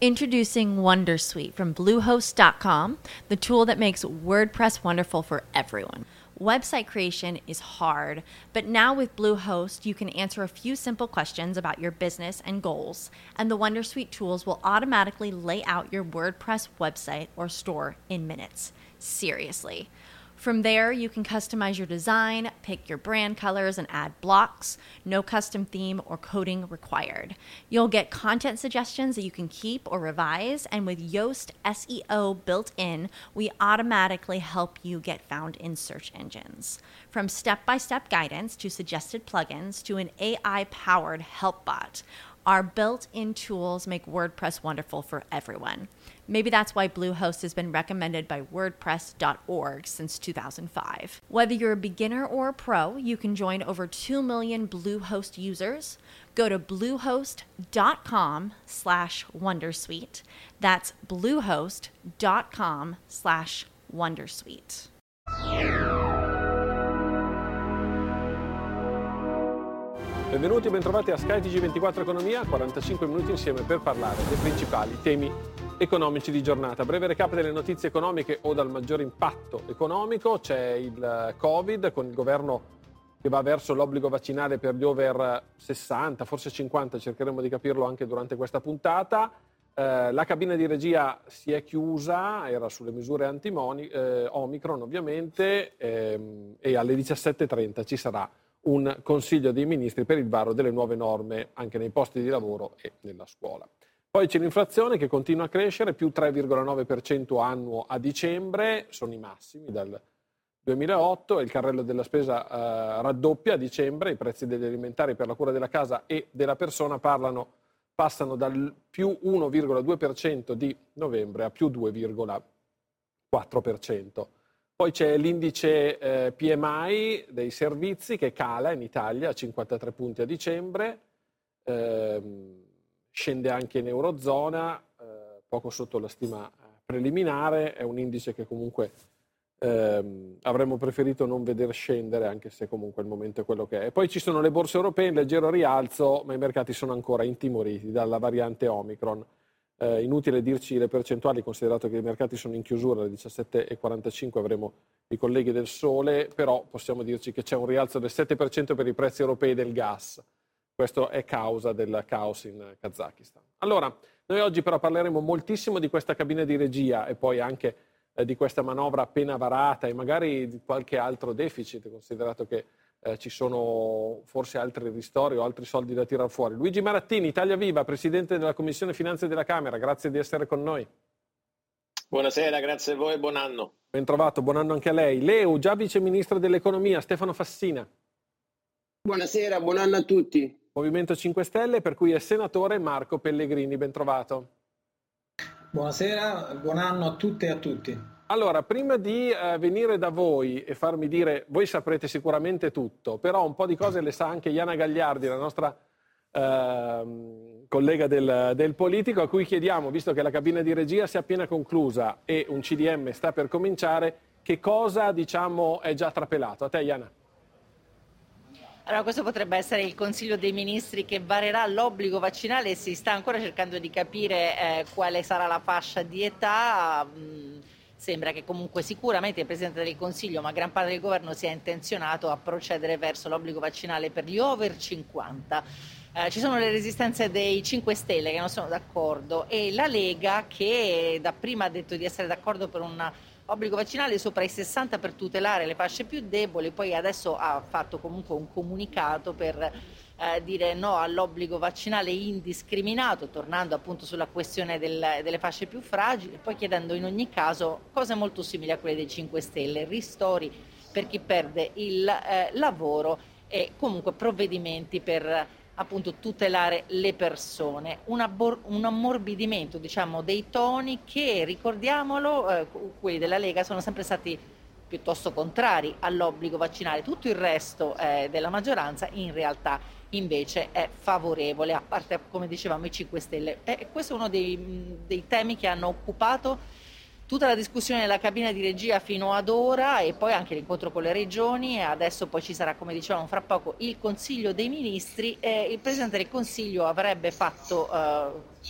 Introducing Wondersuite from Bluehost.com, the tool that makes WordPress wonderful for everyone. Website creation is hard, but now with Bluehost, you can answer a few simple questions about your business and goals, and the Wondersuite tools will automatically lay out your WordPress website or store in minutes. Seriously. From there, you can customize your design, pick your brand colors, and add blocks. No custom theme or coding required. You'll get content suggestions that you can keep or revise, and with Yoast SEO built in, we automatically help you get found in search engines. From step-by-step guidance to suggested plugins to an AI-powered help bot, our built-in tools make WordPress wonderful for everyone. Maybe that's why Bluehost has been recommended by WordPress.org since 2005. Whether you're a beginner or a pro, you can join over 2 million Bluehost users. Go to bluehost.com/wondersuite. That's bluehost.com/wondersuite. Benvenuti e bentrovati a skyTG24 Economia, 45 minuti insieme per parlare dei principali temi economici di giornata. Breve recap delle notizie economiche o dal maggiore impatto economico. C'è il Covid con il governo che va verso l'obbligo vaccinale per gli over 60, forse 50, cercheremo di capirlo anche durante questa puntata. La cabina di regia si è chiusa, era sulle misure anti-Omicron ovviamente, e alle 17.30 ci sarà un Consiglio dei Ministri per il varo delle nuove norme anche nei posti di lavoro e nella scuola. Poi c'è l'inflazione che continua a crescere, più 3,9% annuo a dicembre, sono i massimi dal 2008, e il carrello della spesa raddoppia a dicembre, i prezzi degli alimentari per la cura della casa e della persona passano dal più 1,2% di novembre a più 2,4%. Poi c'è l'indice PMI dei servizi che cala in Italia a 53 punti a dicembre, scende anche in Eurozona, poco sotto la stima preliminare, è un indice che comunque avremmo preferito non vedere scendere, anche se comunque il momento è quello che è. E poi ci sono le borse europee in leggero rialzo, ma i mercati sono ancora intimoriti dalla variante Omicron. Inutile dirci le percentuali, considerato che i mercati sono in chiusura alle 17.45, avremo i colleghi del Sole, però possiamo dirci che c'è un rialzo del 7% per i prezzi europei del gas. Questo è causa del caos in Kazakistan. Allora, noi oggi però parleremo moltissimo di questa cabina di regia e poi anche di questa manovra appena varata e magari di qualche altro deficit, considerato che ci sono forse altri ristori o altri soldi da tirar fuori. Luigi Marattini, Italia Viva, Presidente della Commissione Finanze della Camera, grazie di essere con noi. Buonasera, grazie a voi e buon anno. Ben trovato, buon anno anche a lei. Leu, già Vice Ministro dell'Economia, Stefano Fassina. Buonasera, buon anno a tutti. Movimento 5 Stelle, per cui è senatore Marco Pellegrini, ben trovato. Buonasera, buon anno a tutte e a tutti. Allora, prima di venire da voi e farmi dire, voi saprete sicuramente tutto, però un po' di cose le sa anche Iana Gagliardi, la nostra collega del Politico, a cui chiediamo, visto che la cabina di regia si è appena conclusa e un CDM sta per cominciare, che cosa, diciamo, è già trapelato. A te, Iana. Allora, questo potrebbe essere il Consiglio dei Ministri che varerà l'obbligo vaccinale e si sta ancora cercando di capire quale sarà la fascia di età. Sembra che comunque sicuramente il Presidente del Consiglio, ma gran parte del governo, sia intenzionato a procedere verso l'obbligo vaccinale per gli over 50. Ci sono le resistenze dei 5 Stelle che non sono d'accordo e la Lega, che dapprima ha detto di essere d'accordo per un obbligo vaccinale sopra i 60 per tutelare le fasce più deboli, poi adesso ha fatto comunque un comunicato per dire no all'obbligo vaccinale indiscriminato, tornando appunto sulla questione delle fasce più fragili, poi chiedendo in ogni caso cose molto simili a quelle dei 5 Stelle, ristori per chi perde il lavoro e comunque provvedimenti per appunto tutelare le persone, un ammorbidimento diciamo dei toni che, ricordiamolo, quelli della Lega sono sempre stati piuttosto contrari all'obbligo vaccinale, tutto il resto della maggioranza in realtà invece è favorevole, a parte come dicevamo i 5 Stelle. Questo è uno dei temi che hanno occupato tutta la discussione della cabina di regia fino ad ora e poi anche l'incontro con le regioni e adesso poi ci sarà, come dicevamo, fra poco il Consiglio dei Ministri. Il Presidente del Consiglio avrebbe fatto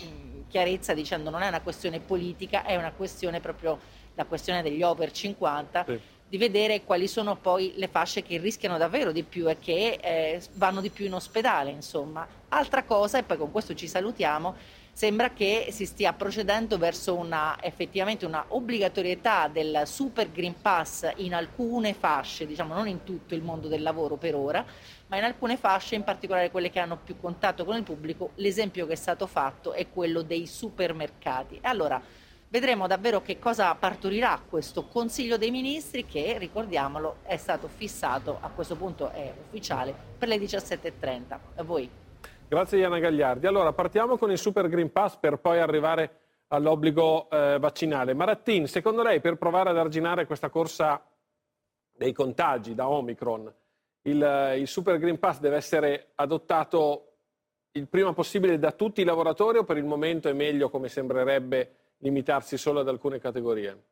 chiarezza dicendo non è una questione politica, è una questione proprio la questione degli over 50, sì, di vedere quali sono poi le fasce che rischiano davvero di più e che vanno di più in ospedale, insomma. Altra cosa, e poi con questo ci salutiamo, sembra che si stia procedendo verso effettivamente una obbligatorietà del Super Green Pass in alcune fasce, diciamo non in tutto il mondo del lavoro per ora, ma in alcune fasce, in particolare quelle che hanno più contatto con il pubblico. L'esempio che è stato fatto è quello dei supermercati. E allora vedremo davvero che cosa partorirà questo Consiglio dei Ministri che, ricordiamolo, è stato fissato, a questo punto è ufficiale, per le 17:30. A voi. Grazie Iana Gagliardi. Allora partiamo con il Super Green Pass per poi arrivare all'obbligo vaccinale. Marattin, secondo lei per provare ad arginare questa corsa dei contagi da Omicron, il Super Green Pass deve essere adottato il prima possibile da tutti i lavoratori o per il momento è meglio, come sembrerebbe, limitarsi solo ad alcune categorie?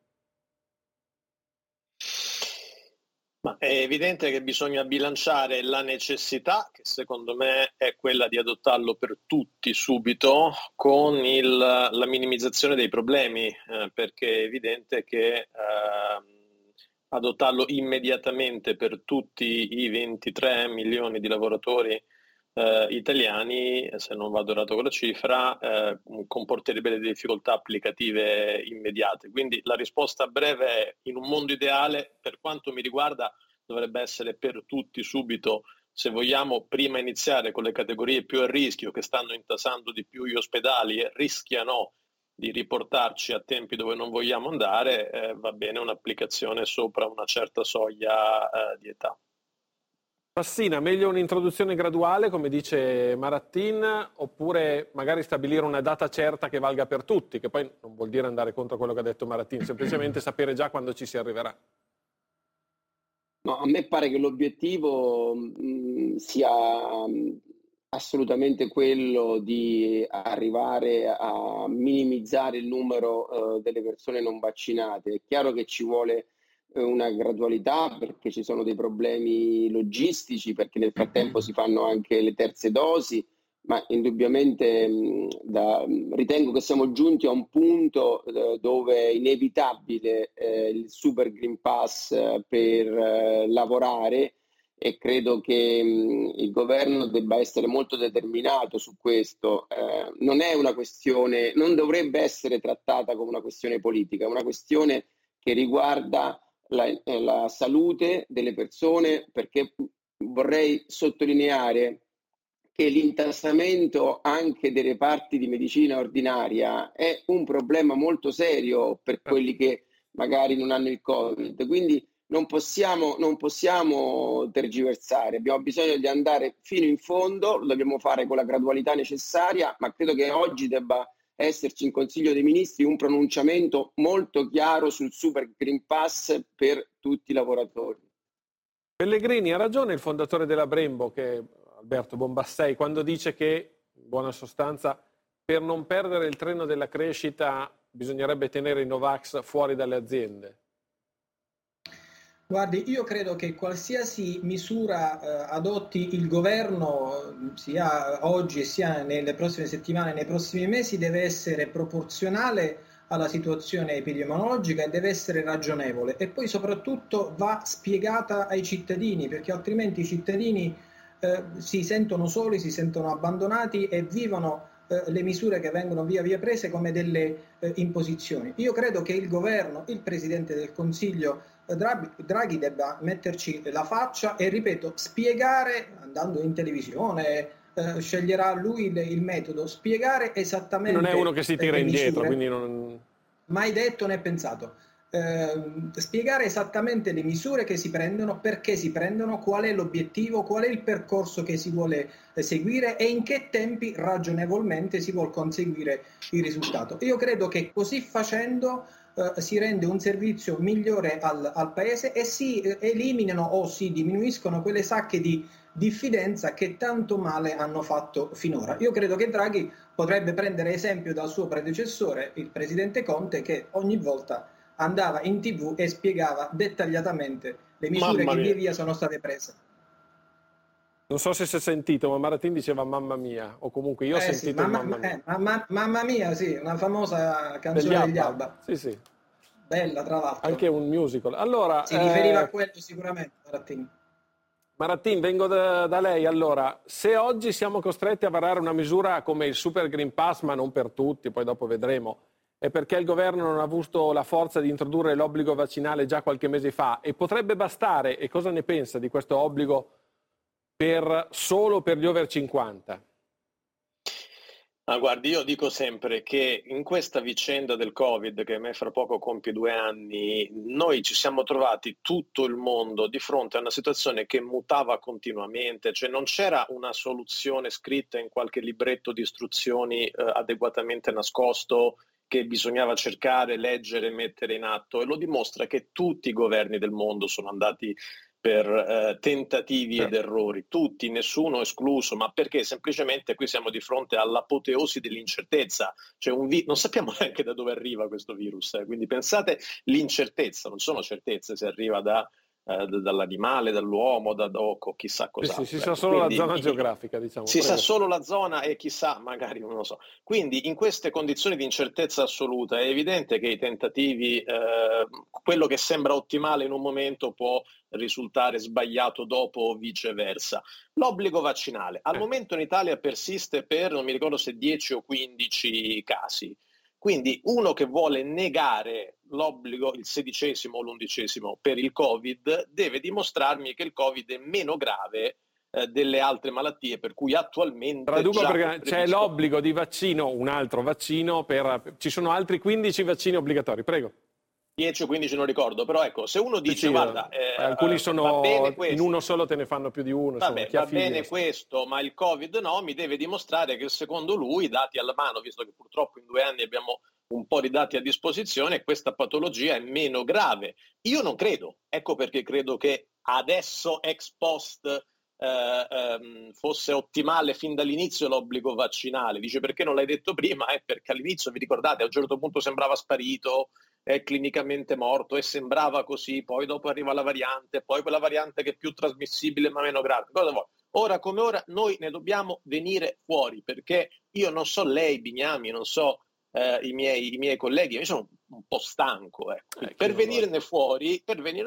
Ma è evidente che bisogna bilanciare la necessità, che secondo me è quella di adottarlo per tutti subito, con la minimizzazione dei problemi, perché è evidente che adottarlo immediatamente per tutti i 23 milioni di lavoratori italiani, se non vado errato con la cifra, comporterebbe delle difficoltà applicative immediate. Quindi la risposta breve è: in un mondo ideale, per quanto mi riguarda, dovrebbe essere per tutti subito. Se vogliamo prima iniziare con le categorie più a rischio, che stanno intasando di più gli ospedali e rischiano di riportarci a tempi dove non vogliamo andare, va bene un'applicazione sopra una certa soglia di età. Fassina, meglio un'introduzione graduale, come dice Marattin, oppure magari stabilire una data certa che valga per tutti, che poi non vuol dire andare contro quello che ha detto Marattin, semplicemente sapere già quando ci si arriverà. No, a me pare che l'obiettivo sia assolutamente quello di arrivare a minimizzare il numero delle persone non vaccinate. È chiaro che ci vuole una gradualità perché ci sono dei problemi logistici, perché nel frattempo si fanno anche le terze dosi, ma indubbiamente ritengo che siamo giunti a un punto dove è inevitabile il Super Green Pass per lavorare, e credo che il governo debba essere molto determinato su questo. Non è una questione, non dovrebbe essere trattata come una questione politica, è una questione che riguarda la salute delle persone, perché vorrei sottolineare che l'intasamento anche dei reparti di medicina ordinaria è un problema molto serio per quelli che magari non hanno il Covid, quindi non possiamo tergiversare, abbiamo bisogno di andare fino in fondo, lo dobbiamo fare con la gradualità necessaria, ma credo che oggi debba esserci in Consiglio dei Ministri un pronunciamento molto chiaro sul Super Green Pass per tutti i lavoratori. Pellegrini, ha ragione il fondatore della Brembo, che Alberto Bombassei, quando dice che, in buona sostanza, per non perdere il treno della crescita bisognerebbe tenere i Novax fuori dalle aziende? Guardi, io credo che qualsiasi misura adotti il governo, sia oggi sia nelle prossime settimane, nei prossimi mesi, deve essere proporzionale alla situazione epidemiologica e deve essere ragionevole, e poi soprattutto va spiegata ai cittadini, perché altrimenti i cittadini si sentono soli, si sentono abbandonati e vivono le misure che vengono via via prese come delle imposizioni. Io credo che il governo, il Presidente del Consiglio Draghi debba metterci la faccia e, ripeto, spiegare, andando in televisione, sceglierà lui il metodo, spiegare esattamente. Non è uno che si tira indietro, misure, quindi non... Mai detto né pensato. Spiegare esattamente le misure che si prendono, perché si prendono, qual è l'obiettivo, qual è il percorso che si vuole seguire e in che tempi ragionevolmente si vuole conseguire il risultato. Io credo che così facendo si rende un servizio migliore al Paese e si eliminano o si diminuiscono quelle sacche di diffidenza che tanto male hanno fatto finora. Io credo che Draghi potrebbe prendere esempio dal suo predecessore, il presidente Conte, che ogni volta andava in TV e spiegava dettagliatamente le misure che via via sono state prese. Non so se si è sentito, ma Maratin diceva mamma mia, o comunque io ho sentito sì, mamma mia. Mamma mia, sì, una famosa canzone degli Abba. Sì, sì. Bella, tra l'altro. Anche un musical. Allora, si riferiva a quello sicuramente, Maratin, vengo da lei. Allora, se oggi siamo costretti a varare una misura come il Super Green Pass, ma non per tutti, poi dopo vedremo, è perché il governo non ha avuto la forza di introdurre l'obbligo vaccinale già qualche mese fa, e potrebbe bastare, e cosa ne pensa di questo obbligo solo per gli over 50? Ma guardi, io dico sempre che in questa vicenda del Covid, che a me fra poco compie 2 anni, noi ci siamo trovati tutto il mondo di fronte a una situazione che mutava continuamente, cioè non c'era una soluzione scritta in qualche libretto di istruzioni adeguatamente nascosto che bisognava cercare, leggere e mettere in atto, e lo dimostra che tutti i governi del mondo sono andati per tentativi ed errori, tutti, nessuno escluso, ma perché semplicemente qui siamo di fronte all'apoteosi dell'incertezza, cioè non sappiamo neanche da dove arriva questo virus, quindi pensate l'incertezza, non sono certezze se arriva dall'animale, dall'uomo, o chissà cos'altro. Sì, si sa solo la zona geografica, diciamo. Si sa solo la zona e chissà, magari non lo so. Quindi in queste condizioni di incertezza assoluta è evidente che i tentativi, quello che sembra ottimale in un momento può risultare sbagliato dopo o viceversa. L'obbligo vaccinale. Al momento in Italia persiste per, non mi ricordo se 10 o 15 casi. Quindi uno che vuole negare l'obbligo, il 16° o l'11° per il Covid, deve dimostrarmi che il Covid è meno grave delle altre malattie per cui attualmente traduco, perché c'è l'obbligo di vaccino, un altro vaccino, ci sono altri 15 vaccini obbligatori, prego. 10 o 15 non ricordo, però ecco, se uno dice guarda, alcuni sono in uno solo, te ne fanno più di uno. Vabbè, va bene questo, ma il Covid no, mi deve dimostrare che secondo lui, dati alla mano, visto che purtroppo in 2 anni abbiamo un po' di dati a disposizione, questa patologia è meno grave. Io non credo, ecco perché credo che adesso ex post fosse ottimale fin dall'inizio l'obbligo vaccinale. Dice perché non l'hai detto prima? Perché all'inizio, vi ricordate, a un certo punto sembrava sparito, è clinicamente morto e sembrava così, poi dopo arriva la variante, poi quella variante che è più trasmissibile ma meno grave. Cosa vuoi? Ora come ora noi ne dobbiamo venire fuori, perché io non so lei, Bignami, non so i miei colleghi, io sono un po' stanco. Per venirne fuori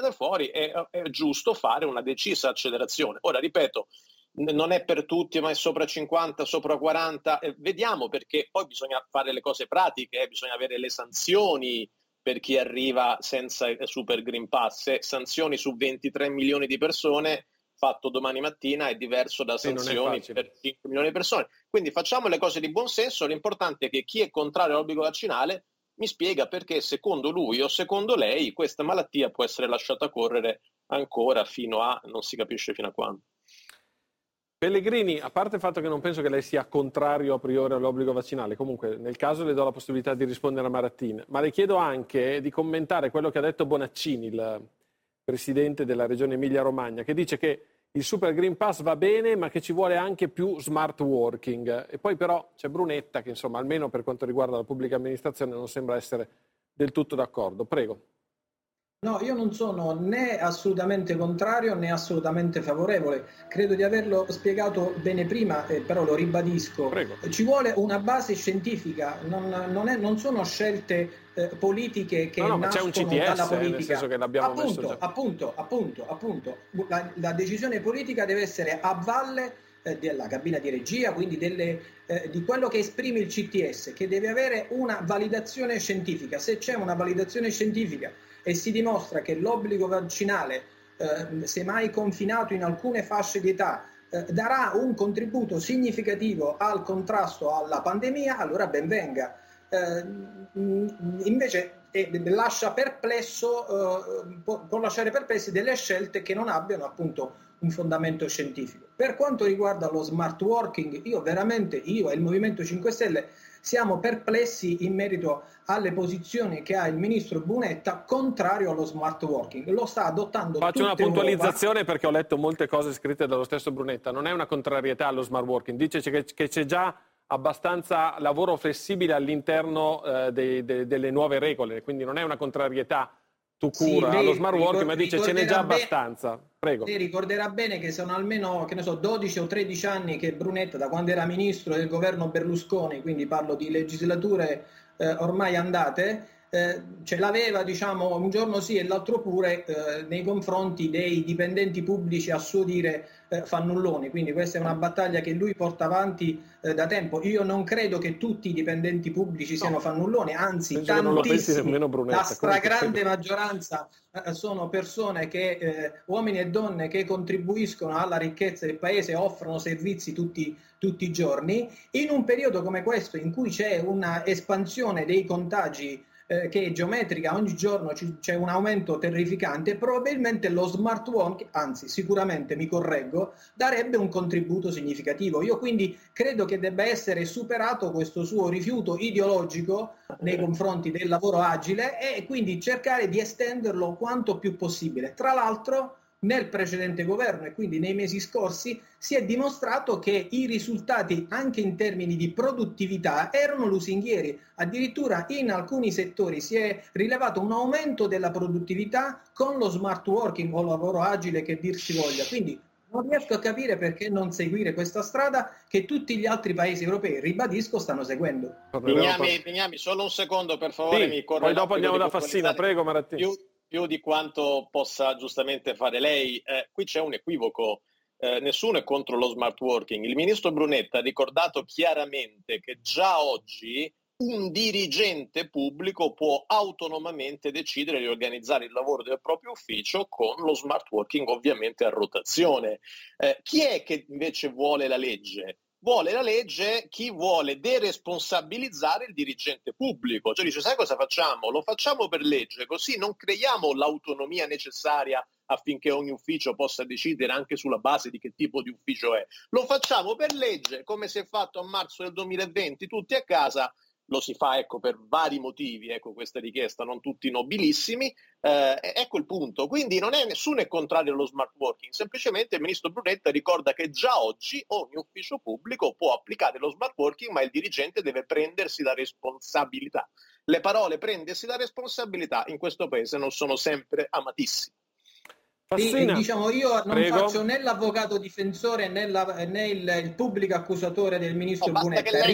è giusto fare una decisa accelerazione. Ora, ripeto, non è per tutti, ma è sopra 50, sopra 40, vediamo, perché poi bisogna fare le cose pratiche, bisogna avere le sanzioni per chi arriva senza Super Green Pass. Sanzioni su 23 milioni di persone fatto domani mattina è diverso da sanzioni per 5 milioni di persone. Quindi facciamo le cose di buon senso. L'importante è che chi è contrario all'obbligo vaccinale mi spiega perché secondo lui o secondo lei questa malattia può essere lasciata correre ancora fino a non si capisce fino a quando. Pellegrini, a parte il fatto che non penso che lei sia contrario a priori all'obbligo vaccinale, comunque nel caso le do la possibilità di rispondere a Maratin, ma le chiedo anche di commentare quello che ha detto Bonaccini, il presidente della regione Emilia-Romagna, che dice che il Super Green Pass va bene, ma che ci vuole anche più smart working. E poi però c'è Brunetta che, insomma, almeno per quanto riguarda la pubblica amministrazione, non sembra essere del tutto d'accordo. Prego. No, io non sono né assolutamente contrario né assolutamente favorevole. Credo di averlo spiegato bene prima, però lo ribadisco. Prego. Ci vuole una base scientifica, non sono scelte politiche che nascono c'è un CTS, dalla politica. Nel senso che l'abbiamo messo già. Appunto. La decisione politica deve essere a valle della cabina di regia, quindi di quello che esprime il CTS, che deve avere una validazione scientifica. Se c'è una validazione scientifica e si dimostra che l'obbligo vaccinale, semmai confinato in alcune fasce di età, darà un contributo significativo al contrasto alla pandemia, allora ben venga. Invece lascia perplesso, può lasciare perplessi delle scelte che non abbiano appunto un fondamento scientifico. Per quanto riguarda lo smart working, io e il Movimento 5 Stelle siamo perplessi in merito alle posizioni che ha il ministro Brunetta contrario allo smart working. Lo sta adottando. Faccio una puntualizzazione perché ho letto molte cose scritte dallo stesso Brunetta. Non è una contrarietà allo smart working, dice che c'è già abbastanza lavoro flessibile all'interno delle nuove regole, quindi non è una contrarietà cura Sì, allo smart working, ma dice ce n'è già ricorderà abbastanza. Prego. lei ricorderà bene che sono almeno, che ne so, 12 o 13 anni che Brunetta, da quando era ministro del governo Berlusconi, quindi parlo di legislature ormai andate, ce l'aveva, diciamo, un giorno sì e l'altro pure nei confronti dei dipendenti pubblici, a suo dire fannulloni. Quindi questa è una battaglia che lui porta avanti da tempo. Io non credo che tutti i dipendenti pubblici siano fannulloni, anzi Penso che non lo pensi tantissimi, nemmeno Brunetta. la stragrande maggioranza sono persone uomini e donne che contribuiscono alla ricchezza del paese, offrono servizi tutti i giorni. In un periodo come questo, in cui c'è una espansione dei contagi che è geometrica, ogni giorno c'è un aumento terrificante, probabilmente lo smart working, anzi sicuramente, mi correggo, darebbe un contributo significativo. Io quindi credo che debba essere superato questo suo rifiuto ideologico nei confronti del lavoro agile e quindi cercare di estenderlo quanto più possibile. Tra l'altro, nel precedente governo e quindi nei mesi scorsi si è dimostrato che i risultati anche in termini di produttività erano lusinghieri. Addirittura in alcuni settori si è rilevato un aumento della produttività con lo smart working o lavoro agile, che dir si voglia. Quindi non riesco a capire perché non seguire questa strada che tutti gli altri paesi europei, ribadisco, stanno seguendo. Bignami, solo un secondo per favore. Sì, poi dopo andiamo da Fassina, prego Marattini. Più di quanto possa giustamente fare lei, qui c'è un equivoco, nessuno è contro lo smart working. Il ministro Brunetta ha ricordato chiaramente che già oggi un dirigente pubblico può autonomamente decidere di organizzare il lavoro del proprio ufficio con lo smart working, ovviamente a rotazione. Chi è che invece vuole la legge? Vuole la legge chi vuole deresponsabilizzare il dirigente pubblico, cioè dice: sai cosa facciamo? Lo facciamo per legge, così non creiamo l'autonomia necessaria affinché ogni ufficio possa decidere anche sulla base di che tipo di ufficio è. Lo facciamo per legge, come si è fatto a marzo del 2020, tutti a casa. Lo si fa, ecco, per vari motivi, ecco, questa richiesta, non tutti nobilissimi, ecco il punto. Quindi nessuno è contrario allo smart working, semplicemente il ministro Brunetta ricorda che già oggi ogni ufficio pubblico può applicare lo smart working, ma il dirigente deve prendersi la responsabilità. Le parole prendersi la responsabilità in questo paese non sono sempre amatissime. Sì, diciamo, io non faccio né l'avvocato difensore né il pubblico accusatore del ministro Brunetta.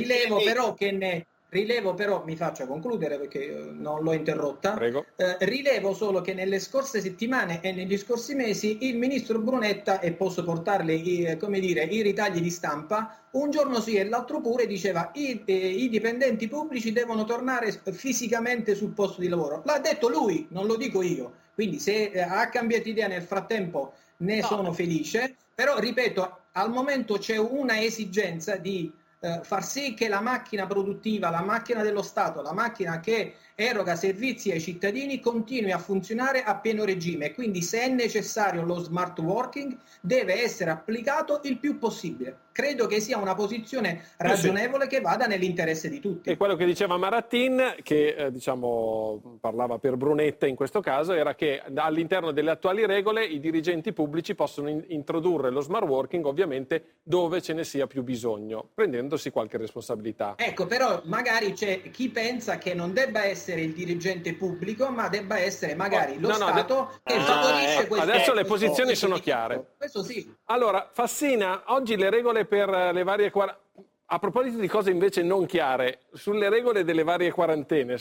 Rilevo però, mi faccia concludere perché non l'ho interrotta, rilevo solo che nelle scorse settimane e negli scorsi mesi il ministro Brunetta, e posso portarle i ritagli di stampa, un giorno sì e l'altro pure diceva i dipendenti pubblici devono tornare fisicamente sul posto di lavoro. L'ha detto lui, non lo dico io. Quindi se ha cambiato idea nel frattempo sono felice, però ripeto, al momento c'è una esigenza di far sì che la macchina produttiva, la macchina dello Stato, la macchina che eroga servizi ai cittadini continui a funzionare a pieno regime. Quindi se è necessario lo smart working deve essere applicato il più possibile. Credo che sia una posizione ragionevole che vada nell'interesse di tutti. E quello che diceva Maratin, che parlava per Brunetta in questo caso, era che all'interno delle attuali regole i dirigenti pubblici possono introdurre lo smart working ovviamente dove ce ne sia più bisogno, prendendosi qualche responsabilità. Ecco, però magari c'è chi pensa che non debba essere il dirigente pubblico, ma debba essere magari lo Stato che favorisce questo. Adesso le posizioni sono chiare. Questo sì. Allora, Fassina, oggi le regole per le varie a proposito di cose invece non chiare, sulle regole delle varie quarantene,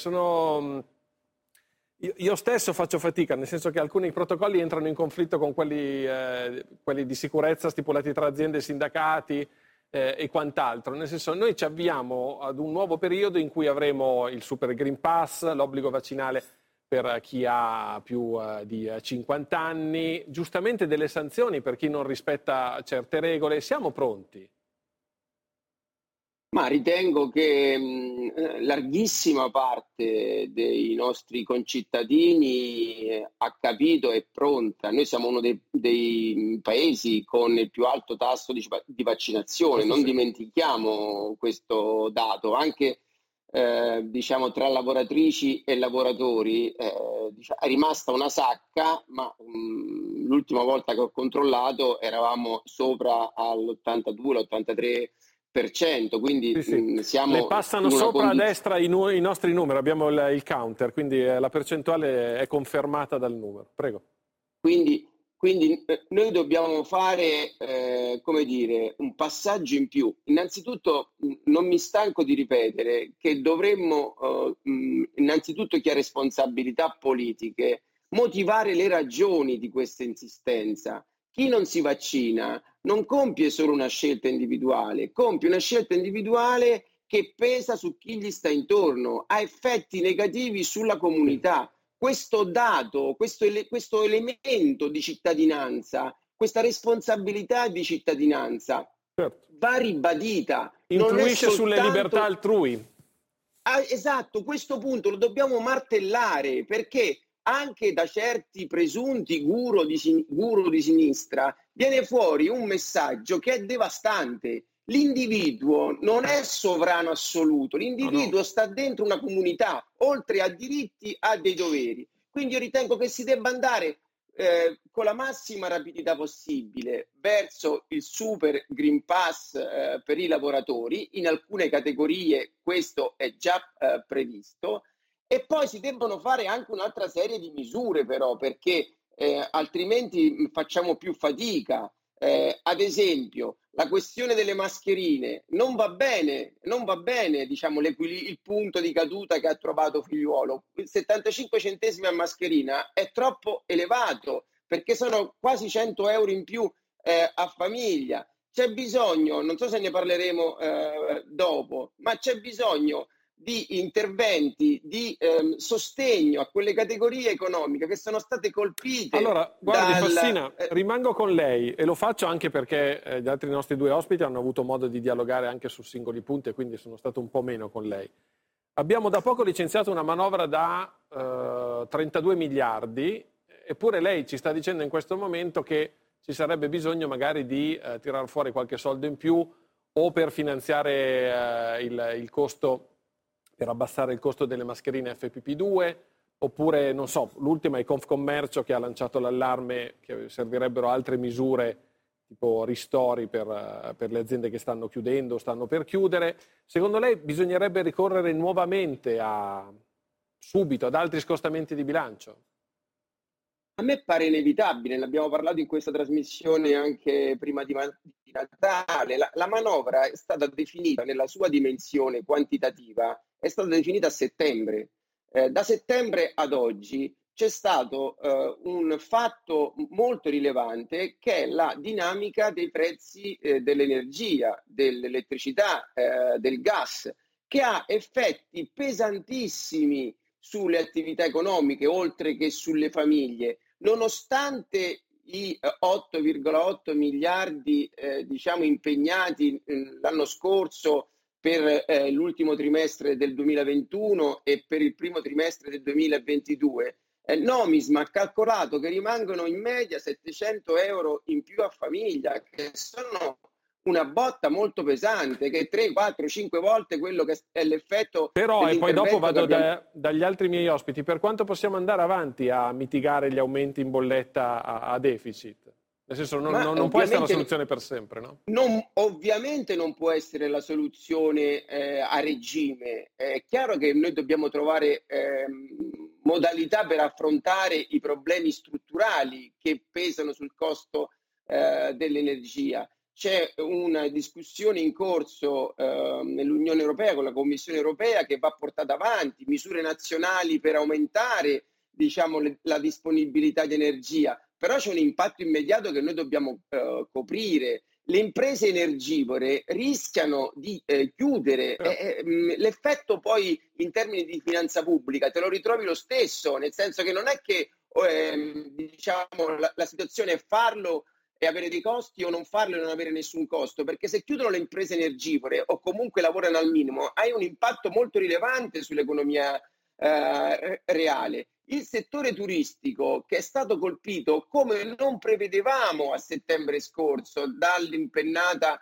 io stesso faccio fatica, nel senso che alcuni protocolli entrano in conflitto con quelli di sicurezza stipulati tra aziende e sindacati e quant'altro. Nel senso, noi ci avviamo ad un nuovo periodo in cui avremo il Super Green Pass, l'obbligo vaccinale per chi ha più di 50 anni, giustamente delle sanzioni per chi non rispetta certe regole. Siamo pronti? Ma ritengo che larghissima parte dei nostri concittadini ha capito e è pronta. Noi siamo uno dei paesi con il più alto tasso di vaccinazione, non dimentichiamo questo dato. Anche tra lavoratrici e lavoratori è rimasta una sacca, ma l'ultima volta che ho controllato eravamo sopra all'82-83%. quindi Sì. siamo Le passano sopra a destra i nostri numeri, abbiamo il counter, quindi la percentuale è confermata dal numero. Prego. Quindi noi dobbiamo fare, come dire, un passaggio in più. Innanzitutto non mi stanco di ripetere che dovremmo, innanzitutto chi ha responsabilità politiche, motivare le ragioni di questa insistenza. Chi non si vaccina non compie solo una scelta individuale, compie una scelta individuale che pesa su chi gli sta intorno, ha effetti negativi sulla comunità. Questo dato, questo elemento di cittadinanza, questa responsabilità di cittadinanza va ribadita. Influisce sulle libertà altrui. Esatto, questo punto lo dobbiamo martellare, perché anche da certi presunti guru di sinistra viene fuori un messaggio che è devastante. L'individuo non è sovrano assoluto, l'individuo sta dentro una comunità, oltre a diritti ha dei doveri. Quindi io ritengo che si debba andare con la massima rapidità possibile verso il super Green Pass per i lavoratori. In alcune categorie questo è già previsto, e poi si debbono fare anche un'altra serie di misure però, perché altrimenti facciamo più fatica. Ad esempio, la questione delle mascherine non va bene, diciamo, il punto di caduta che ha trovato Figliuolo. 75 centesimi a mascherina è troppo elevato, perché sono quasi 100 euro in più a famiglia. C'è bisogno, non so se ne parleremo dopo, ma c'è bisogno di interventi di sostegno a quelle categorie economiche che sono state colpite. Allora, guardi Fassina, rimango con lei, e lo faccio anche perché gli altri nostri due ospiti hanno avuto modo di dialogare anche su singoli punti, e quindi sono stato un po' meno con lei. Abbiamo da poco licenziato una manovra da 32 miliardi, eppure lei ci sta dicendo in questo momento che ci sarebbe bisogno magari di tirare fuori qualche soldo in più, o per finanziare il costo, per abbassare il costo delle mascherine FFP2, oppure, non so, l'ultima è Confcommercio che ha lanciato l'allarme che servirebbero altre misure tipo ristori per le aziende che stanno chiudendo o stanno per chiudere. Secondo lei bisognerebbe ricorrere nuovamente subito ad altri scostamenti di bilancio? A me pare inevitabile, ne abbiamo parlato in questa trasmissione anche prima di Natale. La manovra è stata definita nella sua dimensione quantitativa, è stata definita a settembre. Da settembre ad oggi c'è stato un fatto molto rilevante, che è la dinamica dei prezzi dell'energia, dell'elettricità, del gas, che ha effetti pesantissimi sulle attività economiche, oltre che sulle famiglie. Nonostante i 8,8 miliardi diciamo impegnati l'anno scorso per l'ultimo trimestre del 2021 e per il primo trimestre del 2022, Nomism ha calcolato che rimangono in media 700 euro in più a famiglia, che sono una botta molto pesante, che è 3, 4, 5 volte quello che è l'effetto. Però, e poi dopo vado dagli altri miei ospiti, per quanto possiamo andare avanti a mitigare gli aumenti in bolletta a deficit? Nel senso, non può essere la soluzione per sempre, no? Ovviamente non può essere la soluzione a regime. È chiaro che noi dobbiamo trovare modalità per affrontare i problemi strutturali che pesano sul costo dell'energia. C'è una discussione in corso nell'Unione Europea con la Commissione Europea che va portata avanti, misure nazionali per aumentare, diciamo, la disponibilità di energia, però c'è un impatto immediato che noi dobbiamo coprire. Le imprese energivore rischiano di chiudere, l'effetto poi in termini di finanza pubblica te lo ritrovi lo stesso, nel senso che non è che diciamo la situazione è farlo e avere dei costi o non farlo e non avere nessun costo, perché se chiudono le imprese energivore o comunque lavorano al minimo hai un impatto molto rilevante sull'economia reale. Il settore turistico, che è stato colpito come non prevedevamo a settembre scorso dall'impennata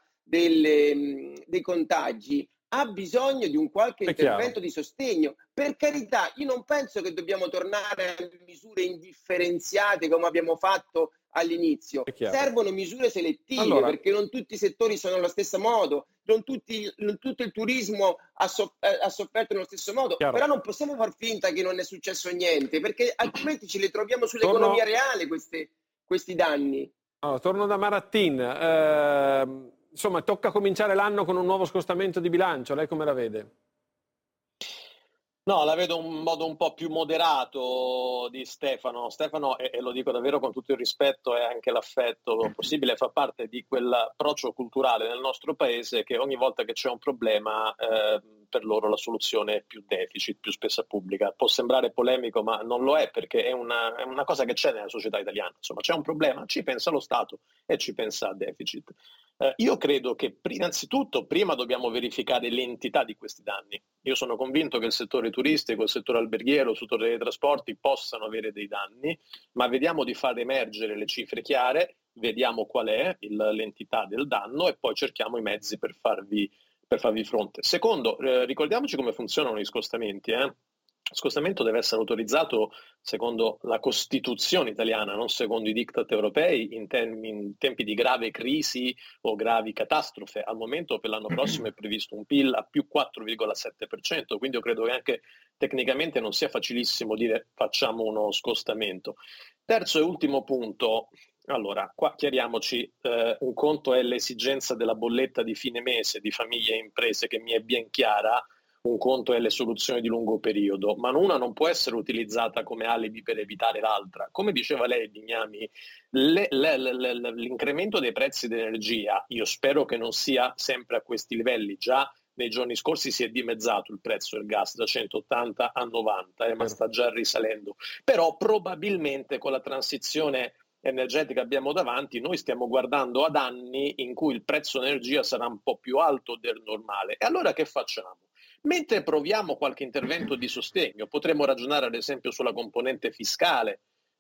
dei contagi, ha bisogno di un qualche intervento di sostegno. Per carità, io non penso che dobbiamo tornare a misure indifferenziate come abbiamo fatto all'inizio. Servono misure selettive, perché non tutti i settori sono allo stesso modo, non tutto il turismo ha sofferto nello stesso modo. Chiaro. Però non possiamo far finta che non è successo niente, perché altrimenti ce li troviamo sull'economia reale questi danni. Torno da Maratin. Insomma, tocca cominciare l'anno con un nuovo scostamento di bilancio. Lei come la vede? No, la vedo in modo un po' più moderato di Stefano. Stefano, e lo dico davvero con tutto il rispetto e anche l'affetto possibile, fa parte di quell'approccio culturale nel nostro paese che ogni volta che c'è un problema, per loro la soluzione è più deficit, più spesa pubblica. Può sembrare polemico, ma non lo è, perché è una cosa che c'è nella società italiana. Insomma, c'è un problema, ci pensa lo Stato e ci pensa a deficit. Io credo che innanzitutto prima dobbiamo verificare l'entità di questi danni. Io sono convinto che il settore turistico, il settore alberghiero, il settore dei trasporti possano avere dei danni, ma vediamo di far emergere le cifre chiare, vediamo qual è l'entità del danno e poi cerchiamo i mezzi per farvi fronte. Secondo, ricordiamoci come funzionano gli scostamenti. Lo scostamento deve essere autorizzato secondo la Costituzione italiana, non secondo i diktat europei, in tempi di grave crisi o gravi catastrofe. Al momento per l'anno prossimo è previsto un PIL a più 4,7%, quindi io credo che anche tecnicamente non sia facilissimo dire facciamo uno scostamento. Terzo e ultimo punto. Allora, qua chiariamoci, un conto è l'esigenza della bolletta di fine mese di famiglie e imprese, che mi è ben chiara. Un conto è le soluzioni di lungo periodo, ma una non può essere utilizzata come alibi per evitare l'altra. Come diceva lei, Bignami, l'incremento dei prezzi dell'energia, io spero che non sia sempre a questi livelli. Già nei giorni scorsi si è dimezzato il prezzo del gas da 180 a 90, ma sta già risalendo. Però probabilmente con la transizione energetica che abbiamo davanti, noi stiamo guardando ad anni in cui il prezzo dell'energia sarà un po' più alto del normale. E allora che facciamo? Mentre proviamo qualche intervento di sostegno, potremmo ragionare ad esempio sulla componente fiscale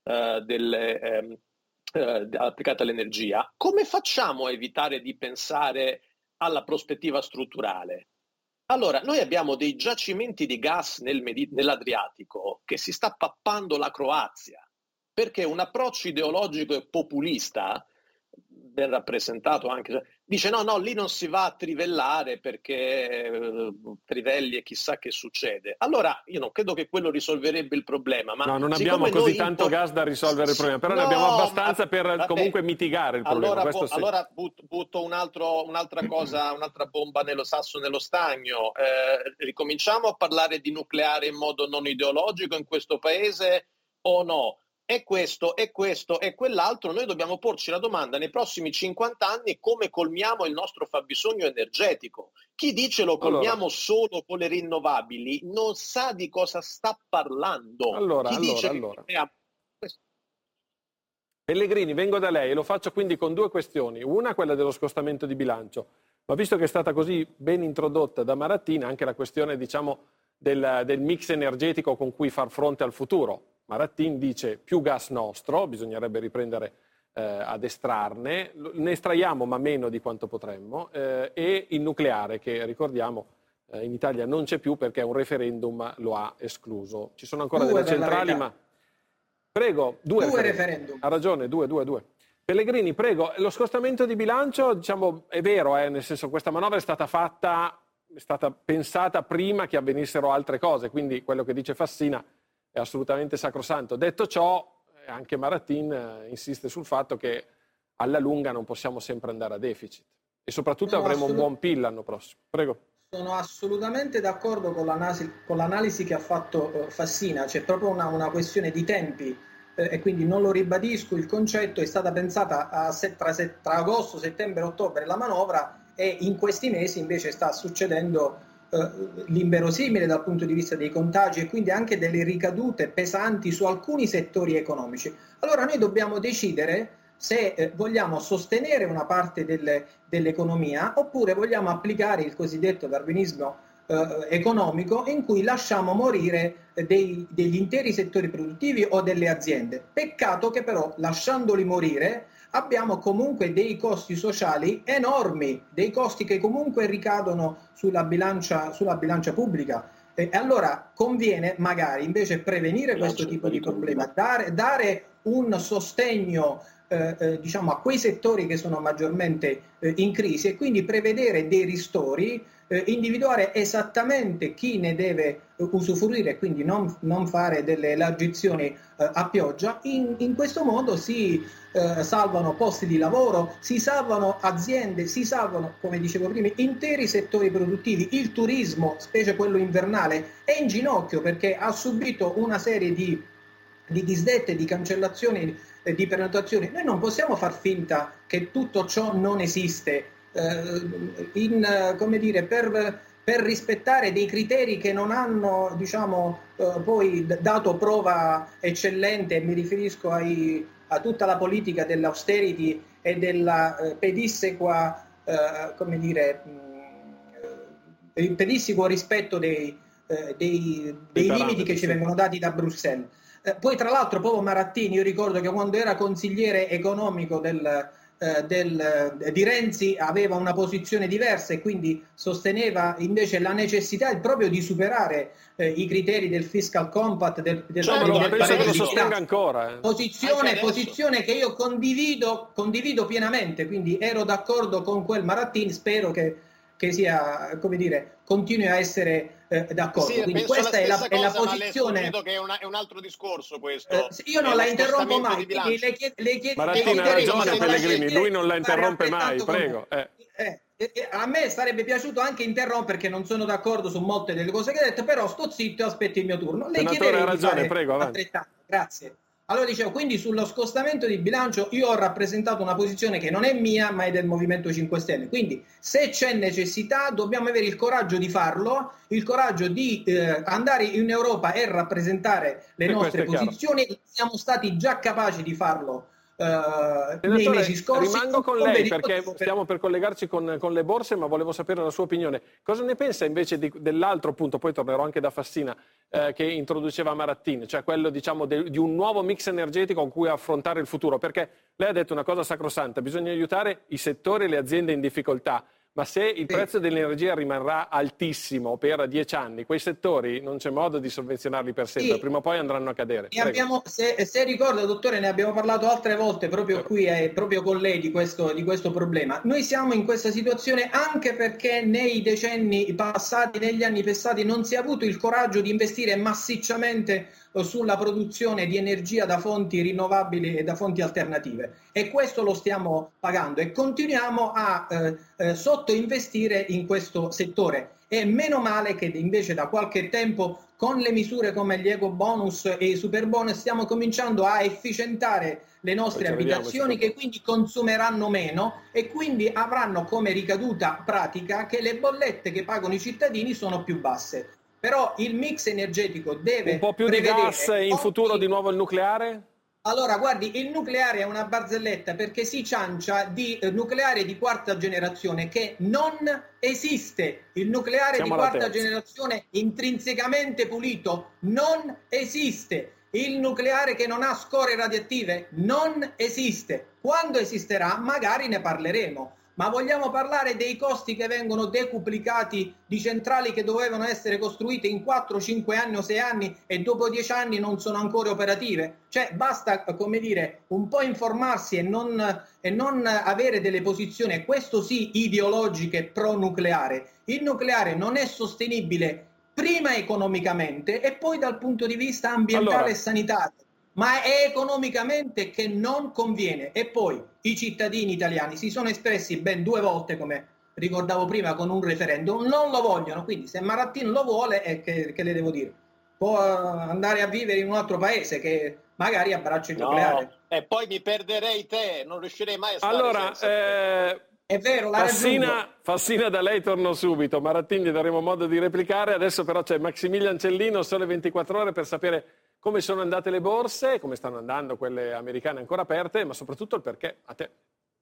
applicata all'energia. Come facciamo a evitare di pensare alla prospettiva strutturale? Allora, noi abbiamo dei giacimenti di gas nell'Adriatico che si sta pappando la Croazia, perché un approccio ideologico e populista, ben rappresentato anche, dice no, lì non si va a trivellare perché trivelli e chissà che succede. Allora io non credo che quello risolverebbe il problema. Ma no, non abbiamo così tanto gas da risolvere il problema, però ne abbiamo abbastanza per comunque mitigare il problema. Allora butto un'altra cosa, un'altra bomba nello sasso nello stagno. Ricominciamo a parlare di nucleare in modo non ideologico in questo paese o no? E questo e quell'altro, noi dobbiamo porci la domanda nei prossimi 50 anni come colmiamo il nostro fabbisogno energetico. Chi dice lo colmiamo solo con le rinnovabili non sa di cosa sta parlando. Pellegrini, vengo da lei e lo faccio quindi con due questioni. Una, quella dello scostamento di bilancio, ma visto che è stata così ben introdotta da Maratin, anche la questione del mix energetico con cui far fronte al futuro. Maratin dice più gas nostro, bisognerebbe riprendere ad estrarne, ne estraiamo ma meno di quanto potremmo, e il nucleare che ricordiamo in Italia non c'è più perché un referendum lo ha escluso. Ci sono ancora delle centrali, ma prego, due referendum. Ha ragione, due. Pellegrini, prego, lo scostamento di bilancio, è vero, nel senso questa manovra è stata pensata prima che avvenissero altre cose, quindi quello che dice Fassina è assolutamente sacrosanto. Detto ciò, anche Maratin insiste sul fatto che alla lunga non possiamo sempre andare a deficit e soprattutto avremo un buon PIL l'anno prossimo. Prego. Sono assolutamente d'accordo con l'analisi che ha fatto Fassina, c'è proprio una questione di tempi e quindi non lo ribadisco, il concetto è stata pensata tra agosto, settembre e ottobre la manovra e in questi mesi invece sta succedendo l'inverosimile dal punto di vista dei contagi e quindi anche delle ricadute pesanti su alcuni settori economici. Allora noi dobbiamo decidere se vogliamo sostenere una parte dell'economia oppure vogliamo applicare il cosiddetto darwinismo economico in cui lasciamo morire degli interi settori produttivi o delle aziende. Peccato che però lasciandoli morire abbiamo comunque dei costi sociali enormi, dei costi che comunque ricadono sulla bilancia pubblica. E allora conviene magari invece prevenire questo tipo di problema, dare un sostegno diciamo, a quei settori che sono maggiormente in crisi, e quindi prevedere dei ristori, individuare esattamente chi ne deve usufruire, quindi non fare delle elargizioni a pioggia. In questo modo si salvano posti di lavoro, si salvano aziende, si salvano, come dicevo prima, interi settori produttivi. Il turismo, specie quello invernale, è in ginocchio perché ha subito una serie di disdette, di cancellazioni, di prenotazioni. Noi non possiamo far finta che tutto ciò non esiste, come dire, per rispettare dei criteri che non hanno, diciamo, poi dato prova eccellente. Mi riferisco a tutta la politica dell'austerity e della pedissequa, come dire, pedissequo rispetto dei limiti che ci vengono dati da Bruxelles. Poi tra l'altro proprio Marattini, io ricordo che quando era consigliere economico di Renzi aveva una posizione diversa e quindi sosteneva invece la necessità proprio di superare i criteri del fiscal compact, del penso che lo sostenga ancora. Posizione che io condivido pienamente, quindi ero d'accordo con quel Marattini, spero che sia, come dire, continui a essere d'accordo. Sì, quindi questa è la posizione. Credo che è un altro discorso questo. Io non la interrompo mai, Marattini ha ragione, Pellegrini, lui non la interrompe mai, prego. A me sarebbe piaciuto anche interrompere, perché non sono d'accordo su molte delle cose che ha detto, però sto zitto e aspetto il mio turno. Lei Senatore ha ragione, prego, avanti. Grazie. Allora dicevo, quindi sullo scostamento di bilancio io ho rappresentato una posizione che non è mia ma è del Movimento 5 Stelle, quindi se c'è necessità dobbiamo avere il coraggio di farlo, il coraggio di andare in Europa e rappresentare le nostre posizioni. Siamo stati già capaci di farlo nei mesi scorsi. Rimango con lei perché stiamo per collegarci con le borse, ma volevo sapere la sua opinione. Cosa ne pensa invece dell'altro punto, poi tornerò anche da Fassina, che introduceva Marattini, cioè quello, diciamo, di un nuovo mix energetico con cui affrontare il futuro? Perché lei ha detto una cosa sacrosanta: bisogna aiutare i settori e le aziende in difficoltà. Ma se il prezzo dell'energia rimarrà altissimo per 10 anni, quei settori non c'è modo di sovvenzionarli per sempre, prima o poi andranno a cadere. Se ricorda, dottore, ne abbiamo parlato altre volte proprio qui e proprio con lei di questo problema. Noi siamo in questa situazione anche perché negli anni passati non si è avuto il coraggio di investire massicciamente sulla produzione di energia da fonti rinnovabili e da fonti alternative, e questo lo stiamo pagando e continuiamo a sottoinvestire in questo settore. E meno male che invece da qualche tempo, con le misure come gli eco bonus e i super bonus, stiamo cominciando a efficientare le nostre abitazioni, che quindi consumeranno meno e quindi avranno come ricaduta pratica che le bollette che pagano i cittadini sono più basse. Però il mix energetico deve un po' più di gas, in futuro di nuovo il nucleare? Allora, guardi, il nucleare è una barzelletta perché si ciancia di nucleare di quarta generazione che non esiste. Il nucleare di quarta generazione intrinsecamente pulito non esiste. Il nucleare che non ha scorie radioattive non esiste. Quando esisterà magari ne parleremo. Ma vogliamo parlare dei costi che vengono decuplicati di centrali che dovevano essere costruite in 4, 5 anni o 6 anni e dopo 10 anni non sono ancora operative? Cioè basta, come dire, un po' informarsi e non avere delle posizioni, questo sì, ideologiche pro-nucleare. Il nucleare non è sostenibile prima economicamente e poi dal punto di vista ambientale e sanitario. Ma è economicamente che non conviene. E poi i cittadini italiani si sono espressi ben 2 volte, come ricordavo prima, con un referendum, non lo vogliono. Quindi se Marattini lo vuole, che le devo dire? Può andare a vivere in un altro paese che magari abbraccia il nucleare. E poi mi perderei te, non riuscirei mai a stare senza è vero, Fassina, da lei torno subito. Marattini daremo modo di replicare. Adesso però c'è Maximilian Cellino, Sole 24 Ore, per sapere come sono andate le borse, come stanno andando quelle americane ancora aperte, ma soprattutto il perché. A te.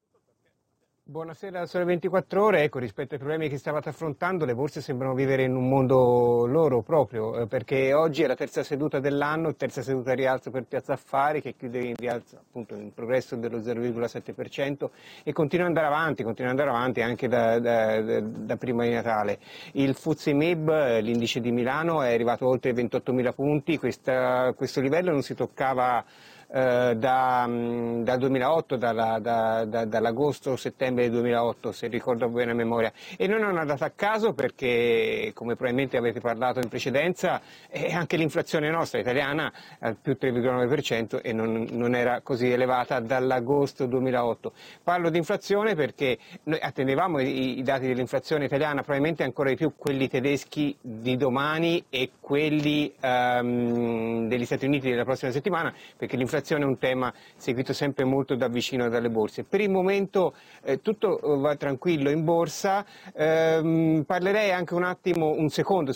Buonasera, Sole 24 Ore. Ecco, rispetto ai problemi che stavate affrontando, le borse sembrano vivere in un mondo loro proprio, perché oggi è la terza seduta dell'anno, terza seduta a rialzo per Piazza Affari, che chiude in rialzo, appunto, in progresso dello 0,7%, e continua ad andare avanti anche da prima di Natale. Il FTSE MIB, l'indice di Milano, è arrivato oltre 28.000 punti, questo livello non si toccava dal 2008, dall'agosto-settembre del 2008, se ricordo bene a memoria, e non è una data a caso perché, come probabilmente avete parlato in precedenza, anche l'inflazione nostra italiana al più 3,9% e non era così elevata dall'agosto 2008. Parlo di inflazione perché noi attendevamo i dati dell'inflazione italiana, probabilmente ancora di più quelli tedeschi di domani e quelli degli Stati Uniti della prossima settimana, perché l'inflazione è un tema seguito sempre molto da vicino dalle borse. Per il momento tutto va tranquillo in borsa. Parlerei anche un secondo,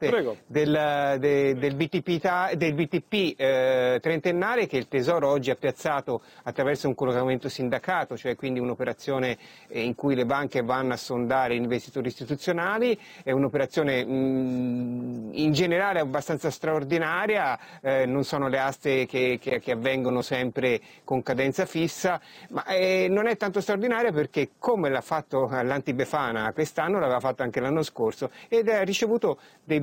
del BTP trentennale che il Tesoro oggi ha piazzato attraverso un collocamento sindacato, cioè quindi un'operazione in cui le banche vanno a sondare investitori istituzionali. È un'operazione in generale abbastanza straordinaria, non sono le aste che avvengono sempre con cadenza fissa, ma non è tanto straordinaria perché, come l'ha fatto l'Antibefana quest'anno, l'aveva fatto anche l'anno scorso ed ha ricevuto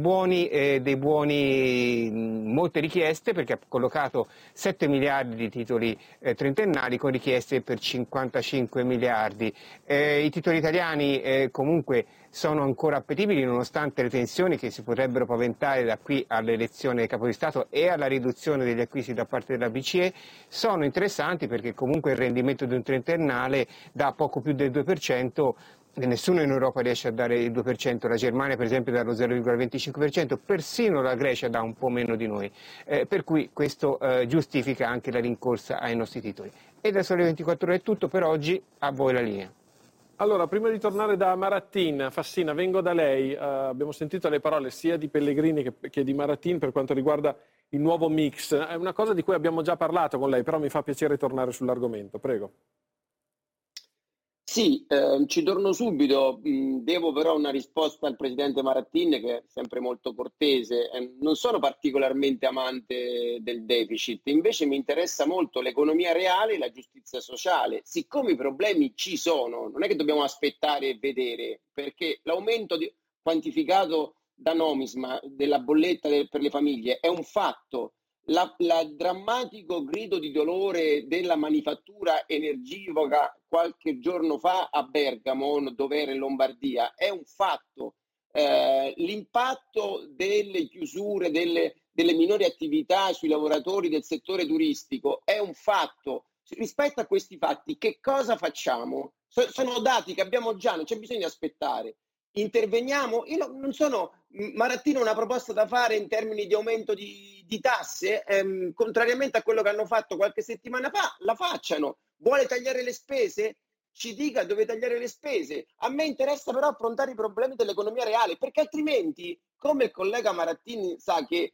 molte richieste, perché ha collocato 7 miliardi di titoli trentennali con richieste per 55 miliardi. I titoli italiani comunque sono ancora appetibili nonostante le tensioni che si potrebbero paventare da qui all'elezione del Capo di Stato e alla riduzione degli acquisti da parte della BCE. Sono interessanti perché comunque il rendimento di un trentennale dà poco più del 2%. Nessuno in Europa riesce a dare il 2%, la Germania per esempio dà lo 0,25%, persino la Grecia dà un po' meno di noi, per cui questo giustifica anche la rincorsa ai nostri titoli. E da Sole 24 Ore è tutto per oggi, a voi la linea. Allora, prima di tornare da Maratin, Fassina, vengo da lei. Abbiamo sentito le parole sia di Pellegrini che di Maratin per quanto riguarda il nuovo mix. È una cosa di cui abbiamo già parlato con lei, però mi fa piacere tornare sull'argomento. Prego. Sì, ci torno subito. Devo però una risposta al presidente Maratin, che è sempre molto cortese. Non sono particolarmente amante del deficit, invece mi interessa molto l'economia reale e la giustizia sociale. Siccome i problemi ci sono, non è che dobbiamo aspettare e vedere, perché l'aumento quantificato da Nomisma della bolletta per le famiglie è un fatto. Il drammatico grido di dolore della manifattura energivoca qualche giorno fa a Bergamo, dov'era in Lombardia, è un fatto. L'impatto delle chiusure, delle minori attività sui lavoratori del settore turistico è un fatto. Rispetto a questi fatti, che cosa facciamo? Sono dati che abbiamo già, non c'è bisogno di aspettare. Interveniamo? Io non sono Marattino una proposta da fare in termini di aumento di tasse, contrariamente a quello che hanno fatto qualche settimana fa, la facciano. Vuole tagliare le spese? Ci dica dove tagliare le spese. A me interessa però affrontare i problemi dell'economia reale, perché altrimenti, come il collega Marattini sa che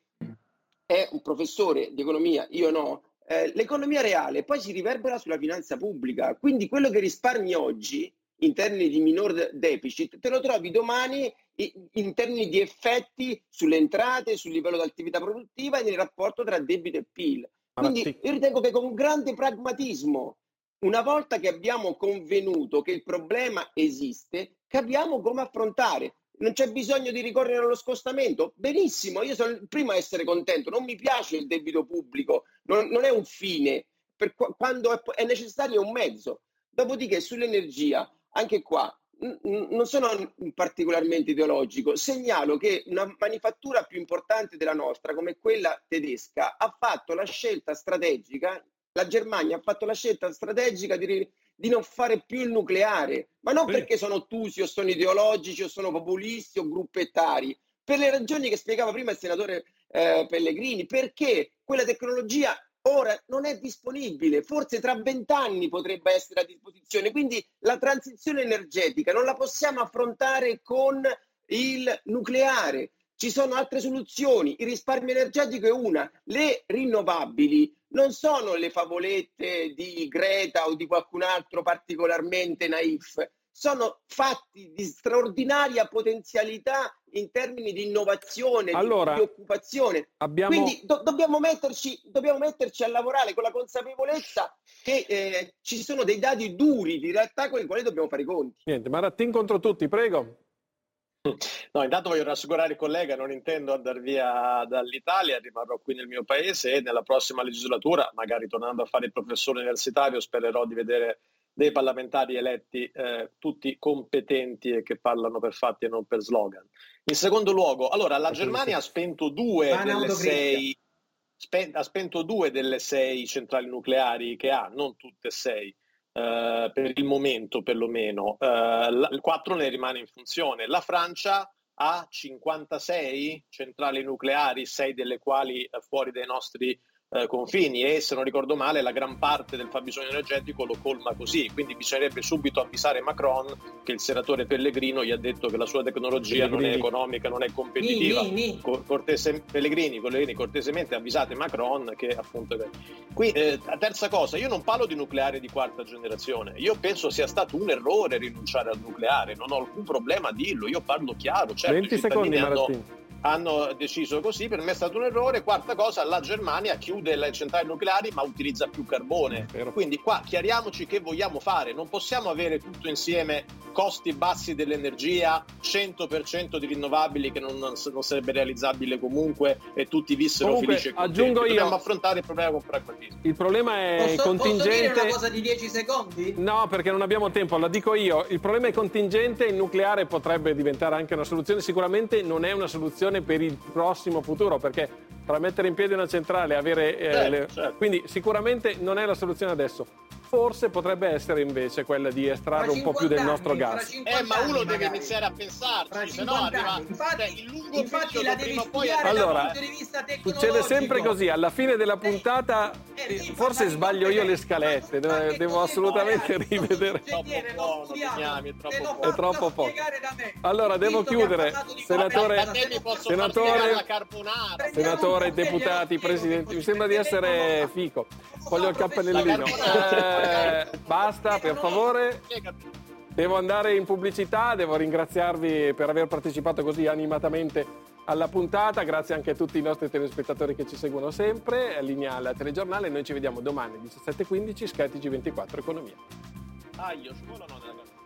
è un professore di economia, io no, l'economia reale poi si riverbera sulla finanza pubblica, quindi quello che risparmi oggi in termini di minor deficit, te lo trovi domani in termini di effetti sulle entrate, sul livello di attività produttiva e nel rapporto tra debito e PIL. Quindi io ritengo che con grande pragmatismo, una volta che abbiamo convenuto che il problema esiste, capiamo come affrontare. Non c'è bisogno di ricorrere allo scostamento. Benissimo, io sono il primo a essere contento, non mi piace il debito pubblico, non è un fine, quando è necessario è un mezzo. Dopodiché sull'energia, anche qua, non sono particolarmente ideologico, segnalo che una manifattura più importante della nostra, come quella tedesca, ha fatto la scelta strategica, la Germania ha fatto la scelta strategica di non fare più il nucleare, ma non perché sono ottusi o sono ideologici o sono populisti o gruppettari, per le ragioni che spiegava prima il senatore Pellegrini, perché quella tecnologia ora non è disponibile, forse tra 20 anni potrebbe essere a disposizione, quindi la transizione energetica non la possiamo affrontare con il nucleare, ci sono altre soluzioni, il risparmio energetico è una, le rinnovabili non sono le favolette di Greta o di qualcun altro particolarmente naif, sono fatti di straordinaria potenzialità in termini di innovazione, di occupazione. Quindi dobbiamo metterci a lavorare con la consapevolezza che ci sono dei dati duri di realtà con i quali dobbiamo fare i conti. Niente, Maratin contro tutti, prego. No, intanto voglio rassicurare il collega, non intendo andare via dall'Italia, rimarrò qui nel mio paese e nella prossima legislatura, magari tornando a fare il professore universitario, spererò di vedere dei parlamentari eletti tutti competenti e che parlano per fatti e non per slogan. In secondo luogo, allora, la Germania ha spento due delle sei centrali nucleari che ha, non tutte e sei. Per il momento perlomeno, 4 ne rimane in funzione. La Francia ha 56 centrali nucleari, 6 delle quali fuori dai nostri confini, e se non ricordo male la gran parte del fabbisogno energetico lo colma così, quindi bisognerebbe subito avvisare Macron che il senatore Pellegrino gli ha detto che la sua tecnologia non è economica, non è competitiva. Pellegrini, cortesemente avvisate Macron che appunto qui terza cosa, io non parlo di nucleare di quarta generazione, io penso sia stato un errore rinunciare al nucleare, non ho alcun problema a dirlo, io parlo chiaro, certo. 20 secondi, hanno deciso così, per me è stato un errore. Quarta cosa, la Germania chiude le centrali nucleari ma utilizza più carbone, quindi qua chiariamoci che vogliamo fare, non possiamo avere tutto insieme costi bassi dell'energia, 100% di rinnovabili che non sarebbe realizzabile comunque e tutti vissero felici e contenti. Aggiungo io, dobbiamo affrontare il problema con pragmatismo. Il problema è contingente. Posso dire una cosa di 10 secondi? No, perché non abbiamo tempo, la dico io. Il problema è contingente, il nucleare potrebbe diventare anche una soluzione, sicuramente non è una soluzione per il prossimo futuro, perché tra mettere in piedi una centrale e avere certo. Quindi sicuramente non è la soluzione adesso. Forse potrebbe essere invece quella di estrarre un po' più del nostro gas. Ma uno deve iniziare a pensarci, se no arriva il lungo periodo prima o poi. Allora, succede sempre così, alla fine della puntata forse sbaglio io le scalette, devo assolutamente rivedere. È troppo poco. Allora devo chiudere, senatore, deputati, presidenti, mi sembra di essere Fico. Voglio il cappellino. Basta, per favore. Devo andare in pubblicità, devo ringraziarvi per aver partecipato così animatamente alla puntata, grazie anche a tutti i nostri telespettatori che ci seguono sempre, linea al telegiornale, noi ci vediamo domani alle 17:15, Sky TG24 Economia. Io scuola no della casa.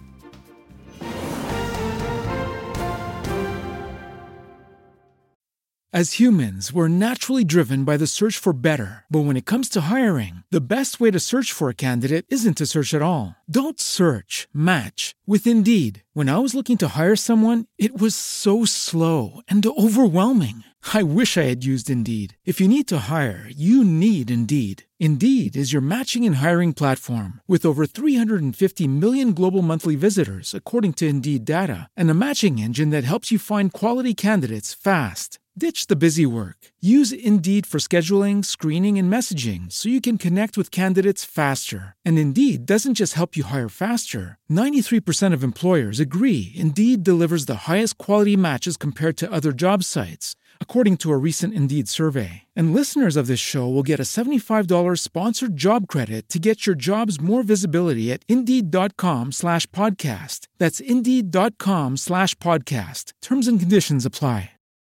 As humans, we're naturally driven by the search for better. But when it comes to hiring, the best way to search for a candidate isn't to search at all. Don't search, match with Indeed. When I was looking to hire someone, it was so slow and overwhelming. I wish I had used Indeed. If you need to hire, you need Indeed. Indeed is your matching and hiring platform with over 350 million global monthly visitors, according to Indeed data, and a matching engine that helps you find quality candidates fast. Ditch the busy work. Use Indeed for scheduling, screening, and messaging so you can connect with candidates faster. And Indeed doesn't just help you hire faster. 93% of employers agree Indeed delivers the highest quality matches compared to other job sites, according to a recent Indeed survey. And listeners of this show will get a $75 sponsored job credit to get your jobs more visibility at Indeed.com/podcast. That's Indeed.com/podcast. Terms and conditions apply.